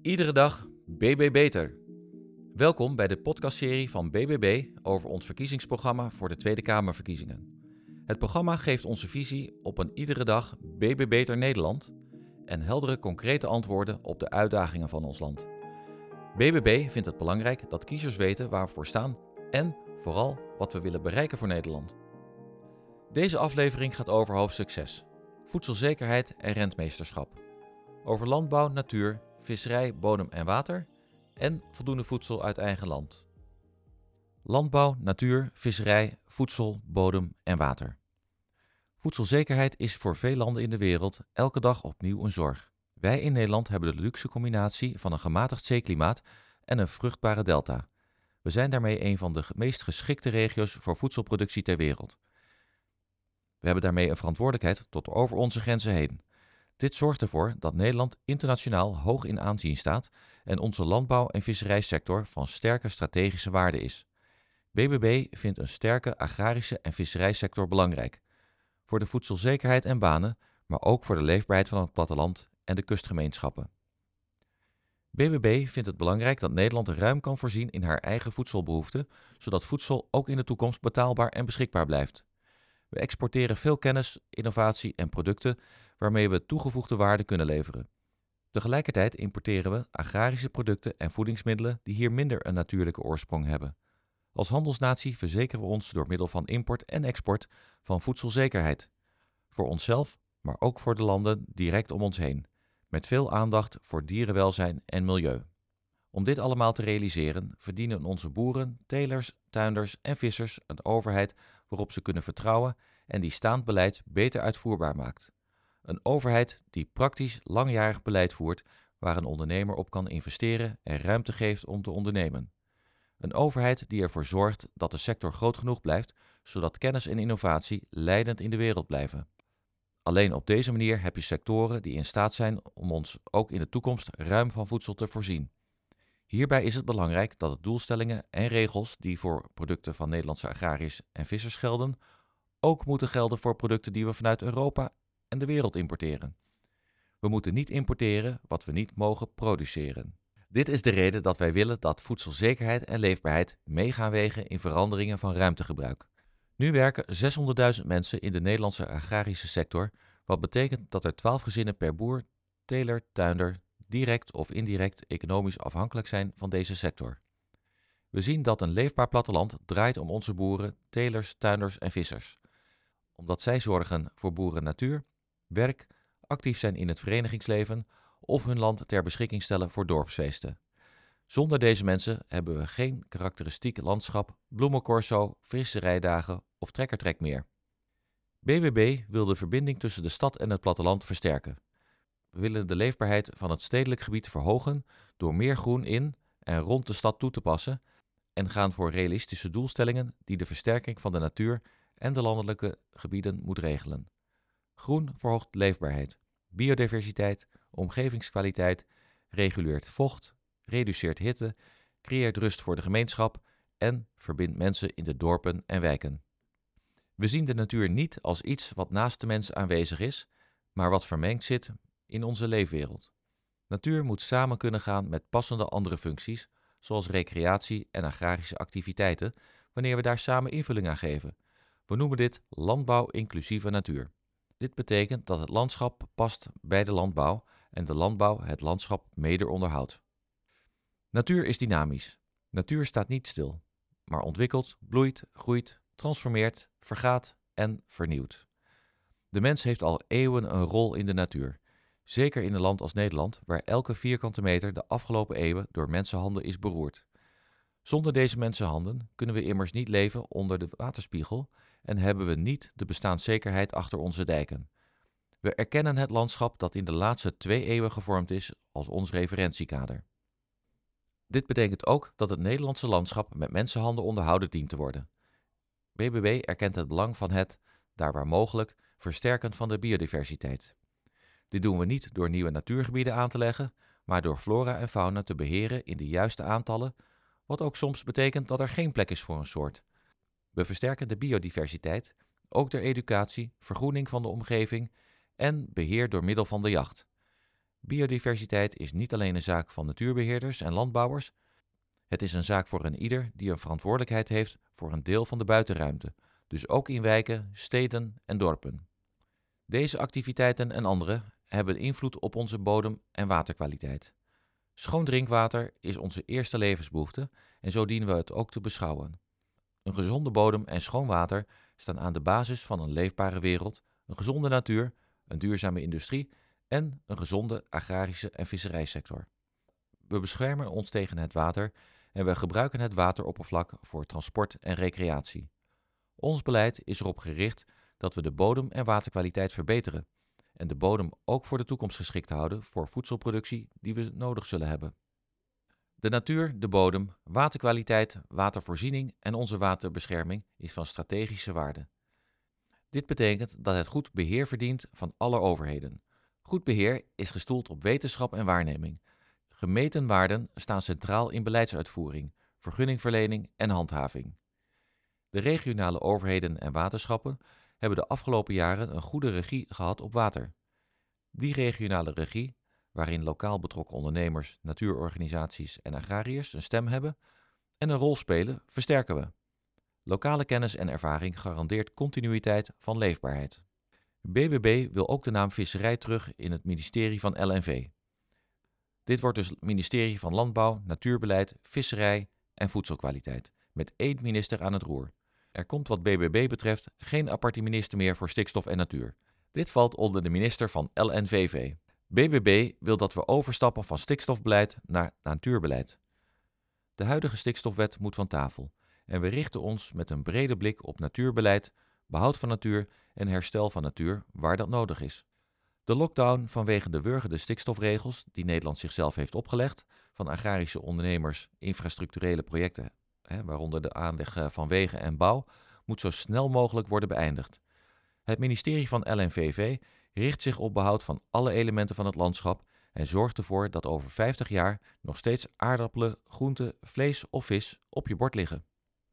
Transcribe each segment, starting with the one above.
Iedere dag BB Beter. Welkom bij de podcastserie van BBB over ons verkiezingsprogramma voor de Tweede Kamerverkiezingen. Het programma geeft onze visie op een iedere dag BB Beter Nederland en heldere concrete antwoorden op de uitdagingen van ons land. BBB vindt het belangrijk dat kiezers weten waar we voor staan en vooral wat we willen bereiken voor Nederland. Deze aflevering gaat over hoofdstuk 6, voedselzekerheid en rentmeesterschap. Over landbouw, natuur, visserij, bodem en water en voldoende voedsel uit eigen land. Landbouw, natuur, visserij, voedsel, bodem en water. Voedselzekerheid is voor veel landen in de wereld elke dag opnieuw een zorg. Wij in Nederland hebben de luxe combinatie van een gematigd zeeklimaat en een vruchtbare delta. We zijn daarmee een van de meest geschikte regio's voor voedselproductie ter wereld. We hebben daarmee een verantwoordelijkheid tot over onze grenzen heen. Dit zorgt ervoor dat Nederland internationaal hoog in aanzien staat en onze landbouw- en visserijsector van sterke strategische waarde is. BBB vindt een sterke agrarische en visserijsector belangrijk. Voor de voedselzekerheid en banen, maar ook voor de leefbaarheid van het platteland en de kustgemeenschappen. BBB vindt het belangrijk dat Nederland ruim kan voorzien in haar eigen voedselbehoeften, zodat voedsel ook in de toekomst betaalbaar en beschikbaar blijft. We exporteren veel kennis, innovatie en producten waarmee we toegevoegde waarde kunnen leveren. Tegelijkertijd importeren we agrarische producten en voedingsmiddelen die hier minder een natuurlijke oorsprong hebben. Als handelsnatie verzekeren we ons door middel van import en export van voedselzekerheid. Voor onszelf, maar ook voor de landen direct om ons heen. Met veel aandacht voor dierenwelzijn en milieu. Om dit allemaal te realiseren verdienen onze boeren, telers, tuinders en vissers een overheid waarop ze kunnen vertrouwen en die staand beleid beter uitvoerbaar maakt. Een overheid die praktisch langjarig beleid voert waar een ondernemer op kan investeren en ruimte geeft om te ondernemen. Een overheid die ervoor zorgt dat de sector groot genoeg blijft, zodat kennis en innovatie leidend in de wereld blijven. Alleen op deze manier heb je sectoren die in staat zijn om ons ook in de toekomst ruim van voedsel te voorzien. Hierbij is het belangrijk dat de doelstellingen en regels die voor producten van Nederlandse agrariërs en vissers gelden, ook moeten gelden voor producten die we vanuit Europa en de wereld importeren. We moeten niet importeren wat we niet mogen produceren. Dit is de reden dat wij willen dat voedselzekerheid en leefbaarheid mee gaan wegen in veranderingen van ruimtegebruik. Nu werken 600.000 mensen in de Nederlandse agrarische sector, wat betekent dat er 12 gezinnen per boer, teler, tuinder direct of indirect economisch afhankelijk zijn van deze sector. We zien dat een leefbaar platteland draait om onze boeren, telers, tuinders en vissers. Omdat zij zorgen voor boeren-natuur, werk, actief zijn in het verenigingsleven of hun land ter beschikking stellen voor dorpsfeesten. Zonder deze mensen hebben we geen karakteristiek landschap, bloemencorso, visserijdagen of trekkertrek meer. BBB wil de verbinding tussen de stad en het platteland versterken. We willen de leefbaarheid van het stedelijk gebied verhogen door meer groen in en rond de stad toe te passen en gaan voor realistische doelstellingen die de versterking van de natuur en de landelijke gebieden moet regelen. Groen verhoogt leefbaarheid, biodiversiteit, omgevingskwaliteit, reguleert vocht, reduceert hitte, creëert rust voor de gemeenschap en verbindt mensen in de dorpen en wijken. We zien de natuur niet als iets wat naast de mens aanwezig is, maar wat vermengd zit in onze leefwereld. Natuur moet samen kunnen gaan met passende andere functies, zoals recreatie en agrarische activiteiten, wanneer we daar samen invulling aan geven. We noemen dit landbouw inclusieve natuur. Dit betekent dat het landschap past bij de landbouw en de landbouw het landschap mede onderhoudt. Natuur is dynamisch. Natuur staat niet stil, maar ontwikkelt, bloeit, groeit, transformeert, vergaat en vernieuwt. De mens heeft al eeuwen een rol in de natuur. Zeker in een land als Nederland, waar elke vierkante meter de afgelopen eeuwen door mensenhanden is beroerd. Zonder deze mensenhanden kunnen we immers niet leven onder de waterspiegel en hebben we niet de bestaanszekerheid achter onze dijken. We erkennen het landschap dat in de laatste 2 eeuwen gevormd is als ons referentiekader. Dit betekent ook dat het Nederlandse landschap met mensenhanden onderhouden dient te worden. BBB erkent het belang van het, daar waar mogelijk, versterken van de biodiversiteit. Dit doen we niet door nieuwe natuurgebieden aan te leggen, maar door flora en fauna te beheren in de juiste aantallen, wat ook soms betekent dat er geen plek is voor een soort. We versterken de biodiversiteit, ook door educatie, vergroening van de omgeving en beheer door middel van de jacht. Biodiversiteit is niet alleen een zaak van natuurbeheerders en landbouwers. Het is een zaak voor een ieder die een verantwoordelijkheid heeft voor een deel van de buitenruimte, dus ook in wijken, steden en dorpen. Deze activiteiten en andere hebben invloed op onze bodem- en waterkwaliteit. Schoon drinkwater is onze eerste levensbehoefte en zo dienen we het ook te beschouwen. Een gezonde bodem en schoon water staan aan de basis van een leefbare wereld, een gezonde natuur, een duurzame industrie en een gezonde agrarische en visserijsector. We beschermen ons tegen het water en we gebruiken het wateroppervlak voor transport en recreatie. Ons beleid is erop gericht dat we de bodem- en waterkwaliteit verbeteren en de bodem ook voor de toekomst geschikt houden voor voedselproductie die we nodig zullen hebben. De natuur, de bodem, waterkwaliteit, watervoorziening en onze waterbescherming is van strategische waarde. Dit betekent dat het goed beheer verdient van alle overheden. Goed beheer is gestoeld op wetenschap en waarneming. Gemeten waarden staan centraal in beleidsuitvoering, vergunningverlening en handhaving. De regionale overheden en waterschappen hebben de afgelopen jaren een goede regie gehad op water. Die regionale regie, waarin lokaal betrokken ondernemers, natuurorganisaties en agrariërs een stem hebben en een rol spelen, versterken we. Lokale kennis en ervaring garandeert continuïteit van leefbaarheid. BBB wil ook de naam visserij terug in het ministerie van LNV. Dit wordt dus het ministerie van Landbouw, Natuurbeleid, Visserij en Voedselkwaliteit, met 1 minister aan het roer. Er komt wat BBB betreft geen aparte minister meer voor stikstof en natuur. Dit valt onder de minister van LNVV. BBB wil dat we overstappen van stikstofbeleid naar natuurbeleid. De huidige stikstofwet moet van tafel en we richten ons met een brede blik op natuurbeleid, behoud van natuur en herstel van natuur waar dat nodig is. De lockdown vanwege de wurgende stikstofregels die Nederland zichzelf heeft opgelegd, van agrarische ondernemers, infrastructurele projecten, waaronder de aanleg van wegen en bouw, moet zo snel mogelijk worden beëindigd. Het ministerie van LNVV richt zich op behoud van alle elementen van het landschap en zorgt ervoor dat over 50 jaar nog steeds aardappelen, groenten, vlees of vis op je bord liggen.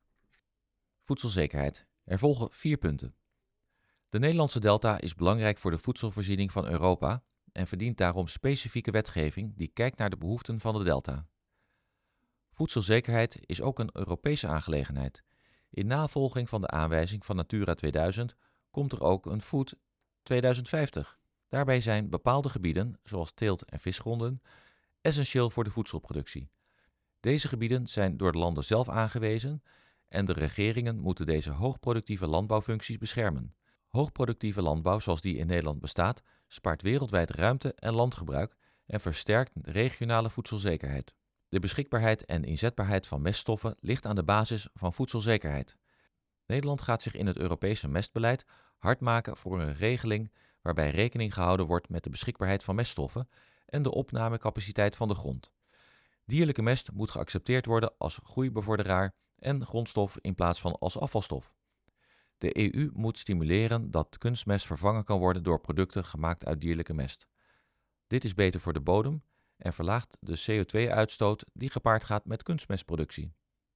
Voedselzekerheid. Er volgen 4 punten. De Nederlandse delta is belangrijk voor de voedselvoorziening van Europa en verdient daarom specifieke wetgeving die kijkt naar de behoeften van de delta. Voedselzekerheid is ook een Europese aangelegenheid. In navolging van de aanwijzing van Natura 2000 komt er ook een Food 2050. Daarbij zijn bepaalde gebieden, zoals teelt- en visgronden, essentieel voor de voedselproductie. Deze gebieden zijn door de landen zelf aangewezen en de regeringen moeten deze hoogproductieve landbouwfuncties beschermen. Hoogproductieve landbouw zoals die in Nederland bestaat, spaart wereldwijd ruimte en landgebruik en versterkt regionale voedselzekerheid. De beschikbaarheid en inzetbaarheid van meststoffen ligt aan de basis van voedselzekerheid. Nederland gaat zich in het Europese mestbeleid hard maken voor een regeling waarbij rekening gehouden wordt met de beschikbaarheid van meststoffen en de opnamecapaciteit van de grond. Dierlijke mest moet geaccepteerd worden als groeibevorderaar en grondstof in plaats van als afvalstof. De EU moet stimuleren dat kunstmest vervangen kan worden door producten gemaakt uit dierlijke mest. Dit is beter voor de bodem en verlaagt de CO2-uitstoot die gepaard gaat met kunstmestproductie.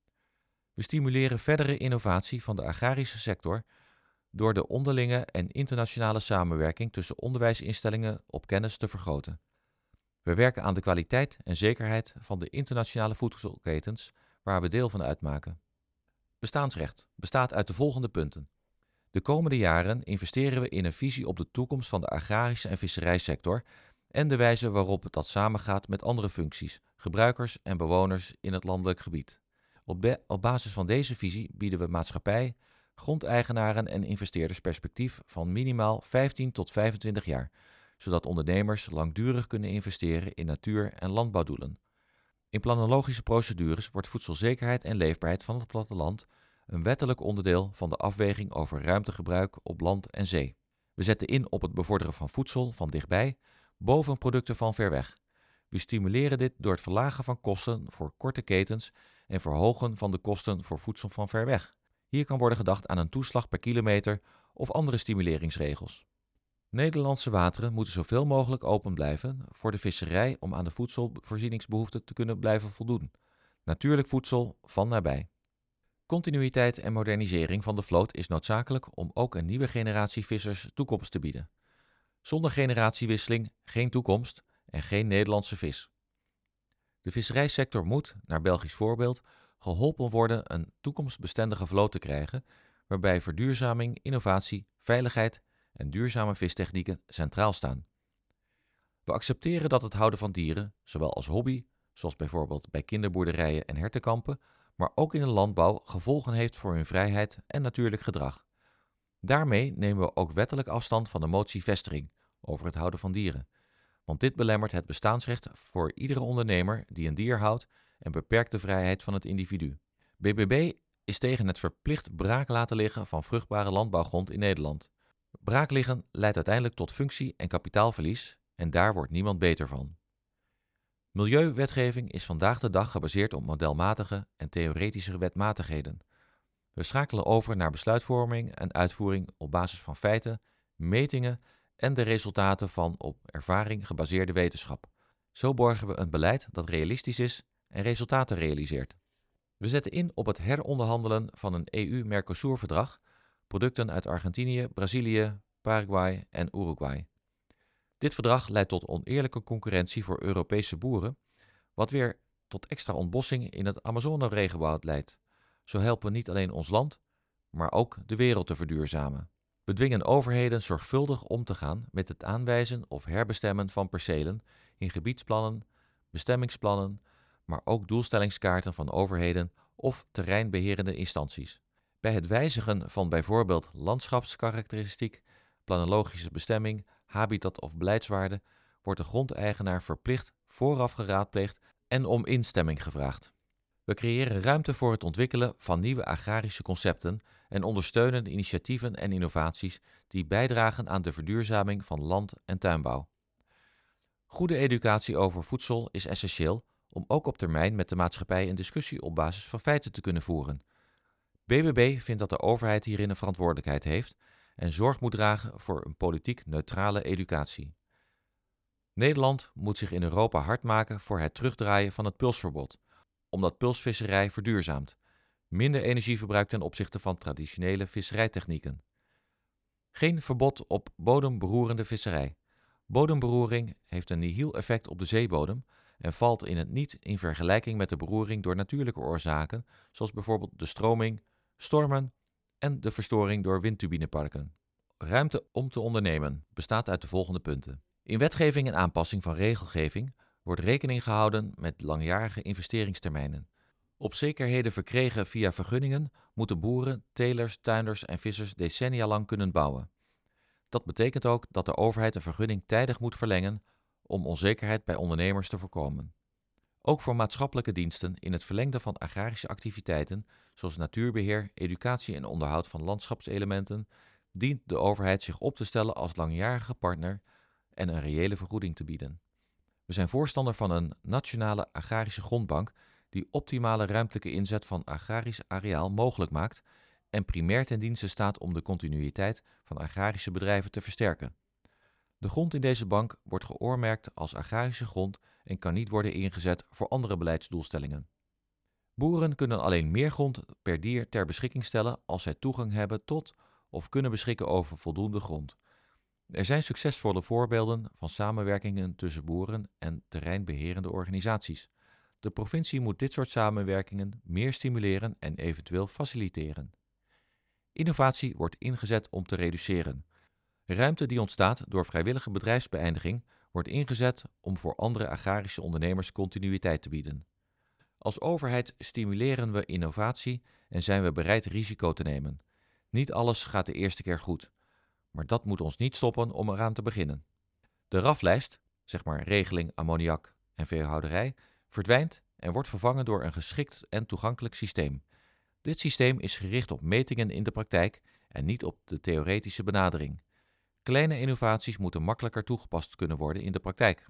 We stimuleren verdere innovatie van de agrarische sector door de onderlinge en internationale samenwerking tussen onderwijsinstellingen op kennis te vergroten. We werken aan de kwaliteit en zekerheid van de internationale voedselketens waar we deel van uitmaken. Bestaansrecht bestaat uit de volgende punten. De komende jaren investeren we in een visie op de toekomst van de agrarische en visserijsector en de wijze waarop dat samengaat met andere functies, gebruikers en bewoners in het landelijk gebied. Op basis van deze visie bieden we maatschappij, grondeigenaren en investeerders perspectief van minimaal 15 tot 25 jaar, zodat ondernemers langdurig kunnen investeren in natuur- en landbouwdoelen. In planologische procedures wordt voedselzekerheid en leefbaarheid van het platteland een wettelijk onderdeel van de afweging over ruimtegebruik op land en zee. We zetten in op het bevorderen van voedsel van dichtbij boven producten van ver weg. We stimuleren dit door het verlagen van kosten voor korte ketens en verhogen van de kosten voor voedsel van ver weg. Hier kan worden gedacht aan een toeslag per kilometer of andere stimuleringsregels. Nederlandse wateren moeten zoveel mogelijk open blijven voor de visserij om aan de voedselvoorzieningsbehoeften te kunnen blijven voldoen. Natuurlijk voedsel van nabij. Continuïteit en modernisering van de vloot is noodzakelijk om ook een nieuwe generatie vissers toekomst te bieden. Zonder generatiewisseling geen toekomst en geen Nederlandse vis. De visserijsector moet, naar Belgisch voorbeeld, geholpen worden een toekomstbestendige vloot te krijgen, waarbij verduurzaming, innovatie, veiligheid en duurzame vistechnieken centraal staan. We accepteren dat het houden van dieren, zowel als hobby, zoals bijvoorbeeld bij kinderboerderijen en hertenkampen, maar ook in de landbouw gevolgen heeft voor hun vrijheid en natuurlijk gedrag. Daarmee nemen we ook wettelijk afstand van de motie Vestering over het houden van dieren, want dit belemmert het bestaansrecht voor iedere ondernemer die een dier houdt en beperkt de vrijheid van het individu. BBB is tegen het verplicht braak laten liggen van vruchtbare landbouwgrond in Nederland. Braak liggen leidt uiteindelijk tot functie- en kapitaalverlies en daar wordt niemand beter van. Milieuwetgeving is vandaag de dag gebaseerd op modelmatige en theoretische wetmatigheden. We schakelen over naar besluitvorming en uitvoering op basis van feiten, metingen en de resultaten van op ervaring gebaseerde wetenschap. Zo borgen we een beleid dat realistisch is en resultaten realiseert. We zetten in op het heronderhandelen van een EU-Mercosur-verdrag, producten uit Argentinië, Brazilië, Paraguay en Uruguay. Dit verdrag leidt tot oneerlijke concurrentie voor Europese boeren, wat weer tot extra ontbossing in het Amazone-regenwoud leidt. Zo helpen we niet alleen ons land, maar ook de wereld te verduurzamen. We dwingen overheden zorgvuldig om te gaan met het aanwijzen of herbestemmen van percelen in gebiedsplannen, bestemmingsplannen, maar ook doelstellingskaarten van overheden of terreinbeherende instanties. Bij het wijzigen van bijvoorbeeld landschapskarakteristiek, planologische bestemming, habitat of beleidswaarde wordt de grondeigenaar verplicht vooraf geraadpleegd en om instemming gevraagd. We creëren ruimte voor het ontwikkelen van nieuwe agrarische concepten en ondersteunen initiatieven en innovaties die bijdragen aan de verduurzaming van land- en tuinbouw. Goede educatie over voedsel is essentieel om ook op termijn met de maatschappij een discussie op basis van feiten te kunnen voeren. BBB vindt dat de overheid hierin een verantwoordelijkheid heeft en zorg moet dragen voor een politiek neutrale educatie. Nederland moet zich in Europa hard maken voor het terugdraaien van het pulsverbod, omdat pulsvisserij verduurzaamt, minder energie verbruikt ten opzichte van traditionele visserijtechnieken. Geen verbod op bodemberoerende visserij. Bodemberoering heeft een nihil effect op de zeebodem en valt in het niet in vergelijking met de beroering door natuurlijke oorzaken, zoals bijvoorbeeld de stroming, stormen en de verstoring door windturbineparken. Ruimte om te ondernemen bestaat uit de volgende punten. In wetgeving en aanpassing van regelgeving wordt rekening gehouden met langjarige investeringstermijnen. Op zekerheden verkregen via vergunningen moeten boeren, telers, tuinders en vissers decennia lang kunnen bouwen. Dat betekent ook dat de overheid een vergunning tijdig moet verlengen om onzekerheid bij ondernemers te voorkomen. Ook voor maatschappelijke diensten in het verlengde van agrarische activiteiten, zoals natuurbeheer, educatie en onderhoud van landschapselementen, dient de overheid zich op te stellen als langjarige partner en een reële vergoeding te bieden. We zijn voorstander van een nationale agrarische grondbank die optimale ruimtelijke inzet van agrarisch areaal mogelijk maakt en primair ten dienste staat om de continuïteit van agrarische bedrijven te versterken. De grond in deze bank wordt geoormerkt als agrarische grond en kan niet worden ingezet voor andere beleidsdoelstellingen. Boeren kunnen alleen meer grond per dier ter beschikking stellen als zij toegang hebben tot of kunnen beschikken over voldoende grond. Er zijn succesvolle voorbeelden van samenwerkingen tussen boeren en terreinbeherende organisaties. De provincie moet dit soort samenwerkingen meer stimuleren en eventueel faciliteren. Innovatie wordt ingezet om te reduceren. Ruimte die ontstaat door vrijwillige bedrijfsbeëindiging wordt ingezet om voor andere agrarische ondernemers continuïteit te bieden. Als overheid stimuleren we innovatie en zijn we bereid risico te nemen. Niet alles gaat de eerste keer goed, maar dat moet ons niet stoppen om eraan te beginnen. De RAF-lijst, zeg maar regeling, ammoniak en veehouderij, verdwijnt en wordt vervangen door een geschikt en toegankelijk systeem. Dit systeem is gericht op metingen in de praktijk en niet op de theoretische benadering. Kleine innovaties moeten makkelijker toegepast kunnen worden in de praktijk.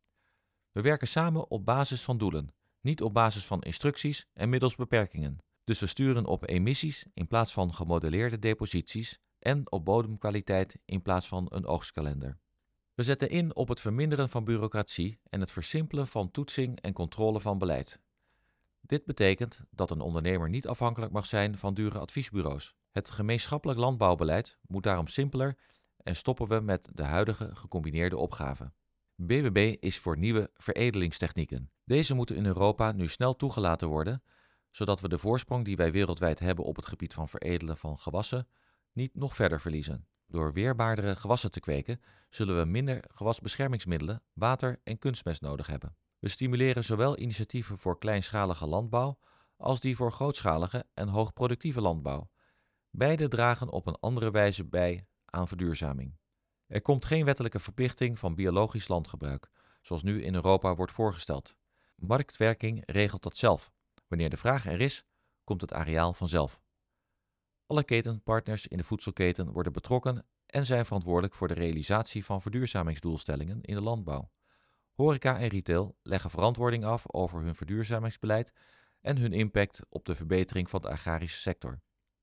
We werken samen op basis van doelen, niet op basis van instructies en middels beperkingen. Dus we sturen op emissies in plaats van gemodelleerde deposities en op bodemkwaliteit in plaats van een oogstkalender. We zetten in op het verminderen van bureaucratie en het versimpelen van toetsing en controle van beleid. Dit betekent dat een ondernemer niet afhankelijk mag zijn van dure adviesbureaus. Het gemeenschappelijk landbouwbeleid moet daarom simpeler en stoppen we met de huidige gecombineerde opgaven. BBB is voor nieuwe veredelingstechnieken. Deze moeten in Europa nu snel toegelaten worden, zodat we de voorsprong die wij wereldwijd hebben op het gebied van veredelen van gewassen niet nog verder verliezen. Door weerbaardere gewassen te kweken, zullen we minder gewasbeschermingsmiddelen, water en kunstmest nodig hebben. We stimuleren zowel initiatieven voor kleinschalige landbouw als die voor grootschalige en hoogproductieve landbouw. Beide dragen op een andere wijze bij aan verduurzaming. Er komt geen wettelijke verplichting van biologisch landgebruik, zoals nu in Europa wordt voorgesteld. Marktwerking regelt dat zelf. Wanneer de vraag er is, komt het areaal vanzelf. Alle ketenpartners in de voedselketen worden betrokken en zijn verantwoordelijk voor de realisatie van verduurzamingsdoelstellingen in de landbouw. Horeca en retail leggen verantwoording af over hun verduurzamingsbeleid en hun impact op de verbetering van de agrarische sector.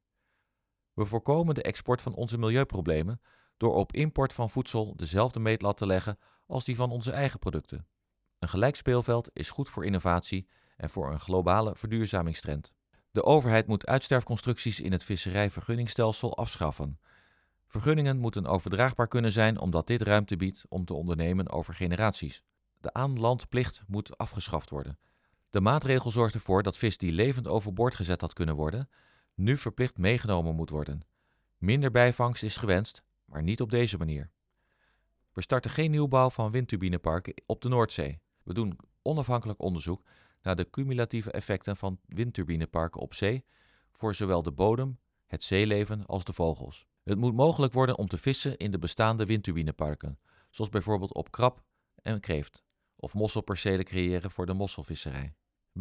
We voorkomen de export van onze milieuproblemen door op import van voedsel dezelfde meetlat te leggen als die van onze eigen producten. Een gelijk speelveld is goed voor innovatie en voor een globale verduurzamingstrend. De overheid moet uitsterfconstructies in het visserijvergunningstelsel afschaffen. Vergunningen moeten overdraagbaar kunnen zijn omdat dit ruimte biedt om te ondernemen over generaties. De aanlandplicht moet afgeschaft worden. De maatregel zorgt ervoor dat vis die levend overboord gezet had kunnen worden, nu verplicht meegenomen moet worden. Minder bijvangst is gewenst, maar niet op deze manier. We starten geen nieuwbouw van windturbineparken op de Noordzee. We doen onafhankelijk onderzoek naar de cumulatieve effecten van windturbineparken op zee voor zowel de bodem, het zeeleven als de vogels. Het moet mogelijk worden om te vissen in de bestaande windturbineparken, zoals bijvoorbeeld op krab en kreeft, of mosselpercelen creëren voor de mosselvisserij.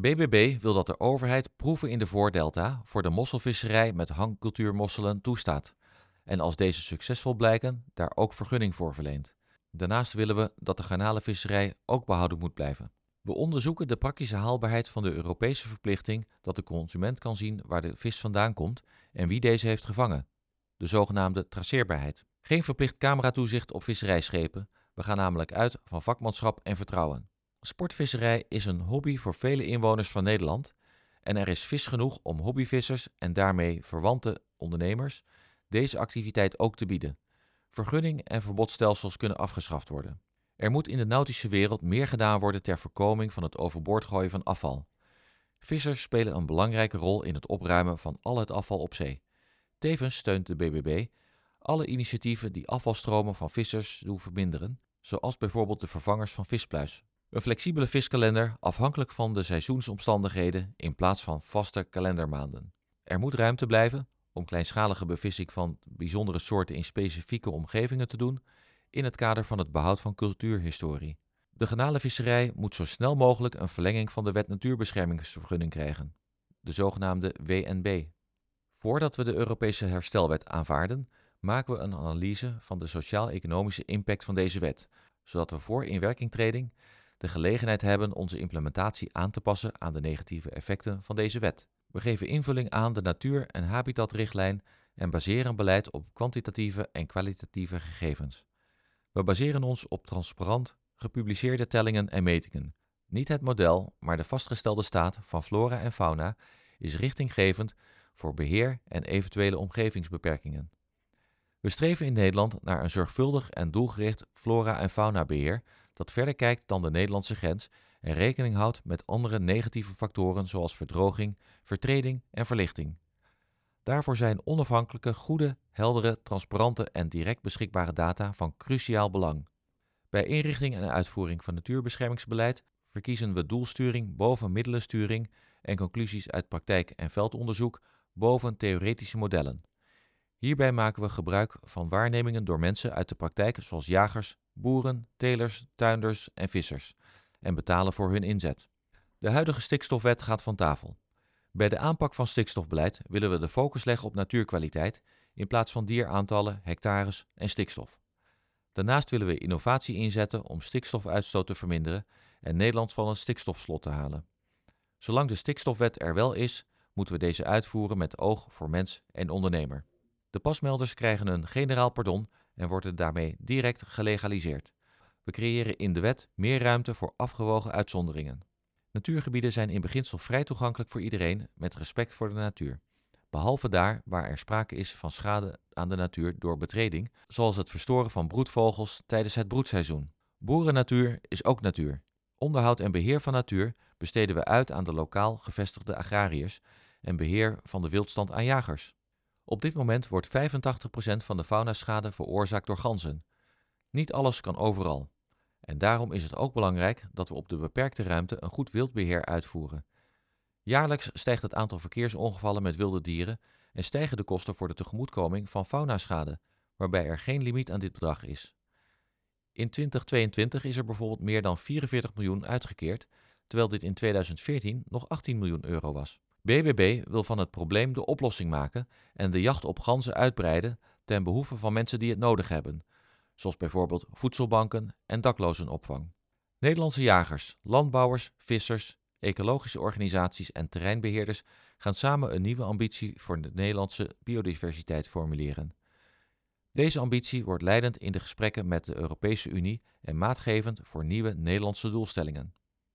BBB wil dat de overheid proeven in de Voordelta voor de mosselvisserij met hangcultuurmosselen toestaat en als deze succesvol blijken, daar ook vergunning voor verleent. Daarnaast willen we dat de garnalenvisserij ook behouden moet blijven. We onderzoeken de praktische haalbaarheid van de Europese verplichting dat de consument kan zien waar de vis vandaan komt en wie deze heeft gevangen, de zogenaamde traceerbaarheid. Geen verplicht cameratoezicht op visserijschepen, we gaan namelijk uit van vakmanschap en vertrouwen. Sportvisserij is een hobby voor vele inwoners van Nederland en er is vis genoeg om hobbyvissers en daarmee verwante ondernemers deze activiteit ook te bieden. Vergunning en verbodstelsels kunnen afgeschaft worden. Er moet in de nautische wereld meer gedaan worden ter voorkoming van het overboord gooien van afval. Vissers spelen een belangrijke rol in het opruimen van al het afval op zee. Tevens steunt de BBB alle initiatieven die afvalstromen van vissers doen verminderen, zoals bijvoorbeeld de vervangers van vispluis. Een flexibele viskalender afhankelijk van de seizoensomstandigheden in plaats van vaste kalendermaanden. Er moet ruimte blijven om kleinschalige bevissing van bijzondere soorten in specifieke omgevingen te doen in het kader van het behoud van cultuurhistorie. De garnalenvisserij moet zo snel mogelijk een verlenging van de Wet Natuurbeschermingsvergunning krijgen, de zogenaamde WNB. Voordat we de Europese herstelwet aanvaarden, maken we een analyse van de sociaal-economische impact van deze wet, zodat we voor inwerkingtreding de gelegenheid hebben onze implementatie aan te passen aan de negatieve effecten van deze wet. We geven invulling aan de natuur- en habitatrichtlijn en baseren beleid op kwantitatieve en kwalitatieve gegevens. We baseren ons op transparant gepubliceerde tellingen en metingen. Niet het model, maar de vastgestelde staat van flora en fauna is richtinggevend voor beheer en eventuele omgevingsbeperkingen. We streven in Nederland naar een zorgvuldig en doelgericht flora- en faunabeheer dat verder kijkt dan de Nederlandse grens en rekening houdt met andere negatieve factoren zoals verdroging, vertreding en verlichting. Daarvoor zijn onafhankelijke, goede, heldere, transparante en direct beschikbare data van cruciaal belang. Bij inrichting en uitvoering van natuurbeschermingsbeleid verkiezen we doelsturing boven middelensturing en conclusies uit praktijk en veldonderzoek boven theoretische modellen. Hierbij maken we gebruik van waarnemingen door mensen uit de praktijk zoals jagers, boeren, telers, tuinders en vissers en betalen voor hun inzet. De huidige stikstofwet gaat van tafel. Bij de aanpak van stikstofbeleid willen we de focus leggen op natuurkwaliteit in plaats van dieraantallen, hectares en stikstof. Daarnaast willen we innovatie inzetten om stikstofuitstoot te verminderen en Nederland van een stikstofslot te halen. Zolang de stikstofwet er wel is, moeten we deze uitvoeren met oog voor mens en ondernemer. De pasmelders krijgen een generaal pardon en worden daarmee direct gelegaliseerd. We creëren in de wet meer ruimte voor afgewogen uitzonderingen. Natuurgebieden zijn in beginsel vrij toegankelijk voor iedereen met respect voor de natuur. Behalve daar waar er sprake is van schade aan de natuur door betreding, zoals het verstoren van broedvogels tijdens het broedseizoen. Boerennatuur is ook natuur. Onderhoud en beheer van natuur besteden we uit aan de lokaal gevestigde agrariërs en beheer van de wildstand aan jagers. Op dit moment wordt 85% van de faunaschade veroorzaakt door ganzen. Niet alles kan overal. En daarom is het ook belangrijk dat we op de beperkte ruimte een goed wildbeheer uitvoeren. Jaarlijks stijgt het aantal verkeersongevallen met wilde dieren en stijgen de kosten voor de tegemoetkoming van faunaschade, waarbij er geen limiet aan dit bedrag is. In 2022 is er bijvoorbeeld meer dan 44 miljoen uitgekeerd, terwijl dit in 2014 nog 18 miljoen euro was. BBB wil van het probleem de oplossing maken en de jacht op ganzen uitbreiden ten behoeve van mensen die het nodig hebben, zoals bijvoorbeeld voedselbanken en daklozenopvang. Nederlandse jagers, landbouwers, vissers, ecologische organisaties en terreinbeheerders gaan samen een nieuwe ambitie voor de Nederlandse biodiversiteit formuleren. Deze ambitie wordt leidend in de gesprekken met de Europese Unie en maatgevend voor nieuwe Nederlandse doelstellingen.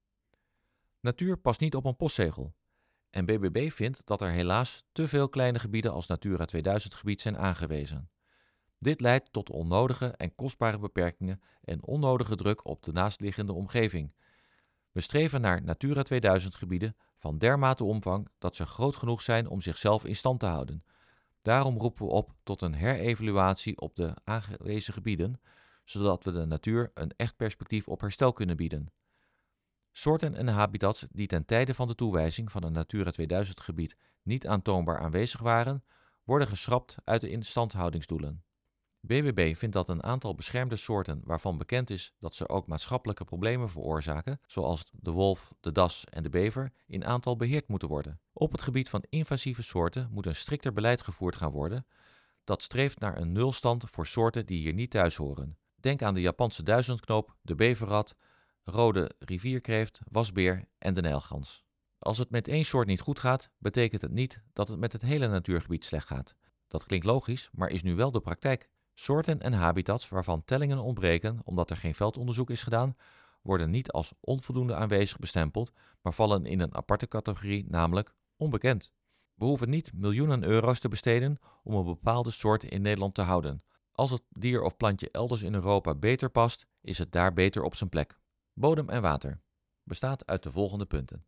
Natuur past niet op een postzegel. En BBB vindt dat er helaas te veel kleine gebieden als Natura 2000 gebied zijn aangewezen. Dit leidt tot onnodige en kostbare beperkingen en onnodige druk op de naastliggende omgeving. We streven naar Natura 2000 gebieden van dermate omvang dat ze groot genoeg zijn om zichzelf in stand te houden. Daarom roepen we op tot een herevaluatie op de aangewezen gebieden, zodat we de natuur een echt perspectief op herstel kunnen bieden. Soorten en habitats die ten tijde van de toewijzing van een Natura 2000 gebied niet aantoonbaar aanwezig waren, worden geschrapt uit de instandhoudingsdoelen. BBB vindt dat een aantal beschermde soorten waarvan bekend is dat ze ook maatschappelijke problemen veroorzaken, zoals de wolf, de das en de bever, in aantal beheerd moeten worden. Op het gebied van invasieve soorten moet een strikter beleid gevoerd gaan worden dat streeft naar een nulstand voor soorten die hier niet thuis horen. Denk aan de Japanse duizendknoop, de beverrat, rode rivierkreeft, wasbeer en de nijlgans. Als het met één soort niet goed gaat, betekent het niet dat het met het hele natuurgebied slecht gaat. Dat klinkt logisch, maar is nu wel de praktijk. Soorten en habitats waarvan tellingen ontbreken omdat er geen veldonderzoek is gedaan, worden niet als onvoldoende aanwezig bestempeld, maar vallen in een aparte categorie, namelijk onbekend. We hoeven niet miljoenen euro's te besteden om een bepaalde soort in Nederland te houden. Als het dier of plantje elders in Europa beter past, is het daar beter op zijn plek. Bodem en water bestaat uit de volgende punten.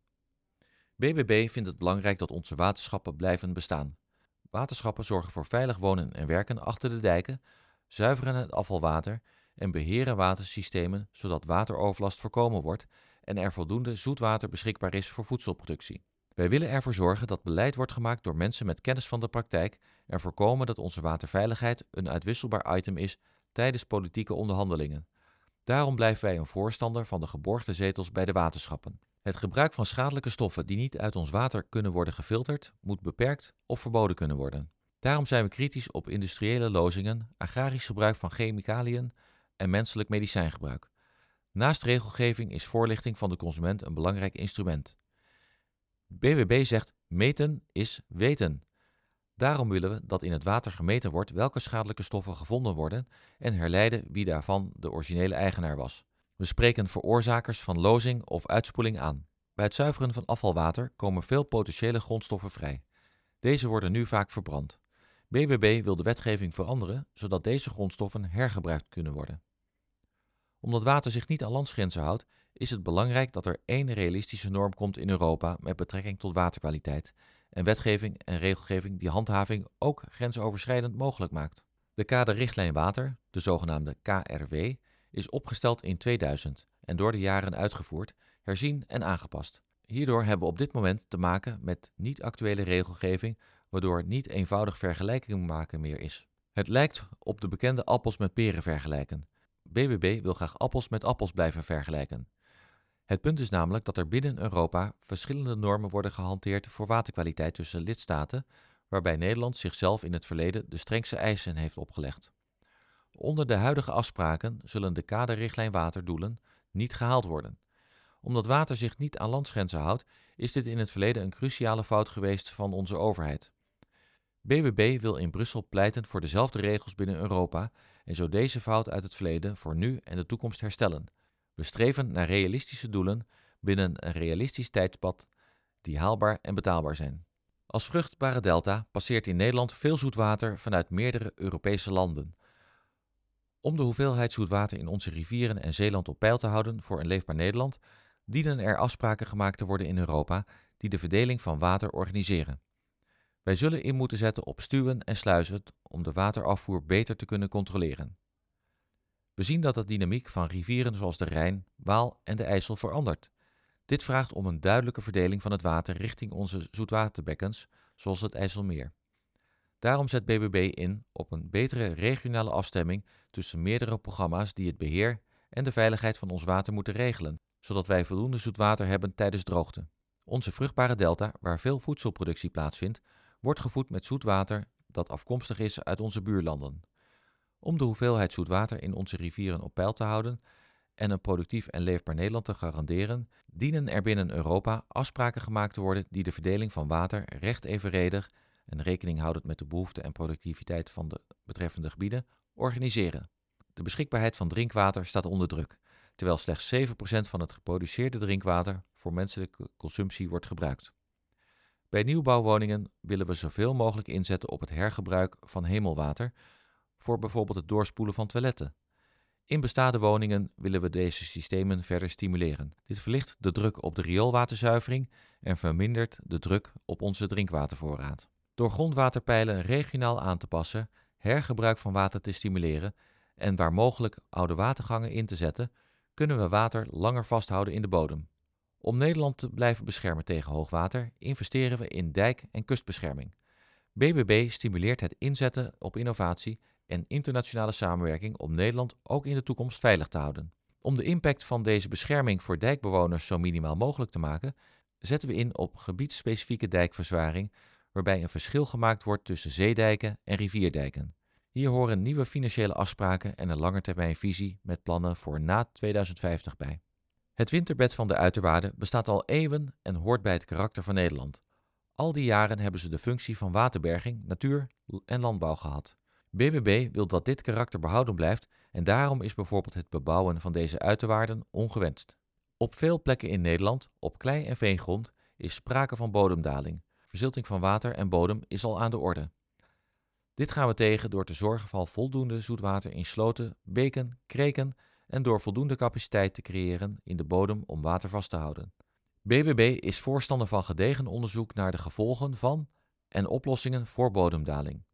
BBB vindt het belangrijk dat onze waterschappen blijven bestaan. Waterschappen zorgen voor veilig wonen en werken achter de dijken, zuiveren het afvalwater en beheren watersystemen zodat wateroverlast voorkomen wordt en er voldoende zoetwater beschikbaar is voor voedselproductie. Wij willen ervoor zorgen dat beleid wordt gemaakt door mensen met kennis van de praktijk en voorkomen dat onze waterveiligheid een uitwisselbaar item is tijdens politieke onderhandelingen. Daarom blijven wij een voorstander van de geborgde zetels bij de waterschappen. Het gebruik van schadelijke stoffen die niet uit ons water kunnen worden gefilterd, moet beperkt of verboden kunnen worden. Daarom zijn we kritisch op industriële lozingen, agrarisch gebruik van chemicaliën en menselijk medicijngebruik. Naast regelgeving is voorlichting van de consument een belangrijk instrument. BBB zegt meten is weten. Daarom willen we dat in het water gemeten wordt welke schadelijke stoffen gevonden worden en herleiden wie daarvan de originele eigenaar was. We spreken veroorzakers van lozing of uitspoeling aan. Bij het zuiveren van afvalwater komen veel potentiële grondstoffen vrij. Deze worden nu vaak verbrand. BBB wil de wetgeving veranderen zodat deze grondstoffen hergebruikt kunnen worden. Omdat water zich niet aan landsgrenzen houdt, is het belangrijk dat er één realistische norm komt in Europa met betrekking tot waterkwaliteit en wetgeving en regelgeving die handhaving ook grensoverschrijdend mogelijk maakt. De kaderrichtlijn water, de zogenaamde KRW, is opgesteld in 2000 en door de jaren uitgevoerd, herzien en aangepast. Hierdoor hebben we op dit moment te maken met niet-actuele regelgeving, waardoor niet eenvoudig vergelijking maken meer is. Het lijkt op de bekende appels met peren vergelijken. BBB wil graag appels met appels blijven vergelijken. Het punt is namelijk dat er binnen Europa verschillende normen worden gehanteerd voor waterkwaliteit tussen lidstaten, waarbij Nederland zichzelf in het verleden de strengste eisen heeft opgelegd. Onder de huidige afspraken zullen de kaderrichtlijn waterdoelen niet gehaald worden. Omdat water zich niet aan landsgrenzen houdt, is dit in het verleden een cruciale fout geweest van onze overheid. BBB wil in Brussel pleiten voor dezelfde regels binnen Europa en zo deze fout uit het verleden voor nu en de toekomst herstellen. We streven naar realistische doelen binnen een realistisch tijdspad die haalbaar en betaalbaar zijn. Als vruchtbare delta passeert in Nederland veel zoetwater vanuit meerdere Europese landen. Om de hoeveelheid zoetwater in onze rivieren en zeeland op peil te houden voor een leefbaar Nederland, dienen er afspraken gemaakt te worden in Europa die de verdeling van water organiseren. Wij zullen in moeten zetten op stuwen en sluizen om de waterafvoer beter te kunnen controleren. We zien dat de dynamiek van rivieren zoals de Rijn, Waal en de IJssel verandert. Dit vraagt om een duidelijke verdeling van het water richting onze zoetwaterbekkens, zoals het IJsselmeer. Daarom zet BBB in op een betere regionale afstemming tussen meerdere programma's die het beheer en de veiligheid van ons water moeten regelen, zodat wij voldoende zoetwater hebben tijdens droogte. Onze vruchtbare delta, waar veel voedselproductie plaatsvindt, wordt gevoed met zoetwater dat afkomstig is uit onze buurlanden. Om de hoeveelheid zoetwater in onze rivieren op peil te houden en een productief en leefbaar Nederland te garanderen, dienen er binnen Europa afspraken gemaakt te worden die de verdeling van water recht evenredig en rekening houdend met de behoeften en productiviteit van de betreffende gebieden organiseren. De beschikbaarheid van drinkwater staat onder druk, terwijl slechts 7% van het geproduceerde drinkwater voor menselijke consumptie wordt gebruikt. Bij nieuwbouwwoningen willen we zoveel mogelijk inzetten op het hergebruik van hemelwater voor bijvoorbeeld het doorspoelen van toiletten. In bestaande woningen willen we deze systemen verder stimuleren. Dit verlicht de druk op de rioolwaterzuivering en vermindert de druk op onze drinkwatervoorraad. Door grondwaterpeilen regionaal aan te passen, hergebruik van water te stimuleren en waar mogelijk oude watergangen in te zetten, kunnen we water langer vasthouden in de bodem. Om Nederland te blijven beschermen tegen hoogwater, investeren we in dijk- en kustbescherming. BBB stimuleert het inzetten op innovatie en internationale samenwerking om Nederland ook in de toekomst veilig te houden. Om de impact van deze bescherming voor dijkbewoners zo minimaal mogelijk te maken, zetten we in op gebiedsspecifieke dijkverzwaring, waarbij een verschil gemaakt wordt tussen zeedijken en rivierdijken. Hier horen nieuwe financiële afspraken en een langetermijnvisie met plannen voor na 2050 bij. Het winterbed van de uiterwaarden bestaat al eeuwen en hoort bij het karakter van Nederland. Al die jaren hebben ze de functie van waterberging, natuur en landbouw gehad. BBB wil dat dit karakter behouden blijft en daarom is bijvoorbeeld het bebouwen van deze uiterwaarden ongewenst. Op veel plekken in Nederland, op klei- en veengrond, is sprake van bodemdaling. Verzilting van water en bodem is al aan de orde. Dit gaan we tegen door te zorgen voor voldoende zoetwater in sloten, beken, kreken en door voldoende capaciteit te creëren in de bodem om water vast te houden. BBB is voorstander van gedegen onderzoek naar de gevolgen van en oplossingen voor bodemdaling.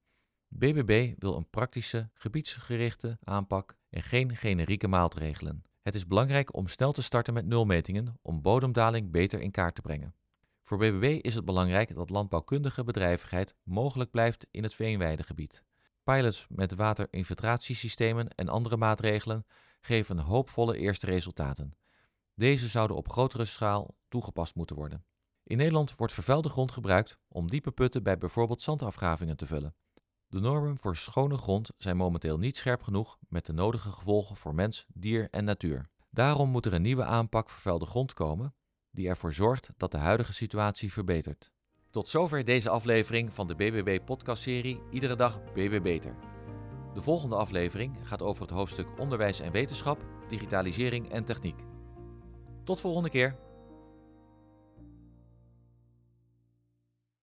BBB wil een praktische, gebiedsgerichte aanpak en geen generieke maatregelen. Het is belangrijk om snel te starten met nulmetingen om bodemdaling beter in kaart te brengen. Voor BBB is het belangrijk dat landbouwkundige bedrijvigheid mogelijk blijft in het veenweidegebied. Pilots met waterinfiltratiesystemen en andere maatregelen geven hoopvolle eerste resultaten. Deze zouden op grotere schaal toegepast moeten worden. In Nederland wordt vervuilde grond gebruikt om diepe putten bij bijvoorbeeld zandafgravingen te vullen. De normen voor schone grond zijn momenteel niet scherp genoeg met de nodige gevolgen voor mens, dier en natuur. Daarom moet er een nieuwe aanpak vervuilde grond komen die ervoor zorgt dat de huidige situatie verbetert. Tot zover deze aflevering van de BBB-podcastserie Iedere dag BB Beter. De volgende aflevering gaat over het hoofdstuk onderwijs en wetenschap, digitalisering en techniek. Tot volgende keer!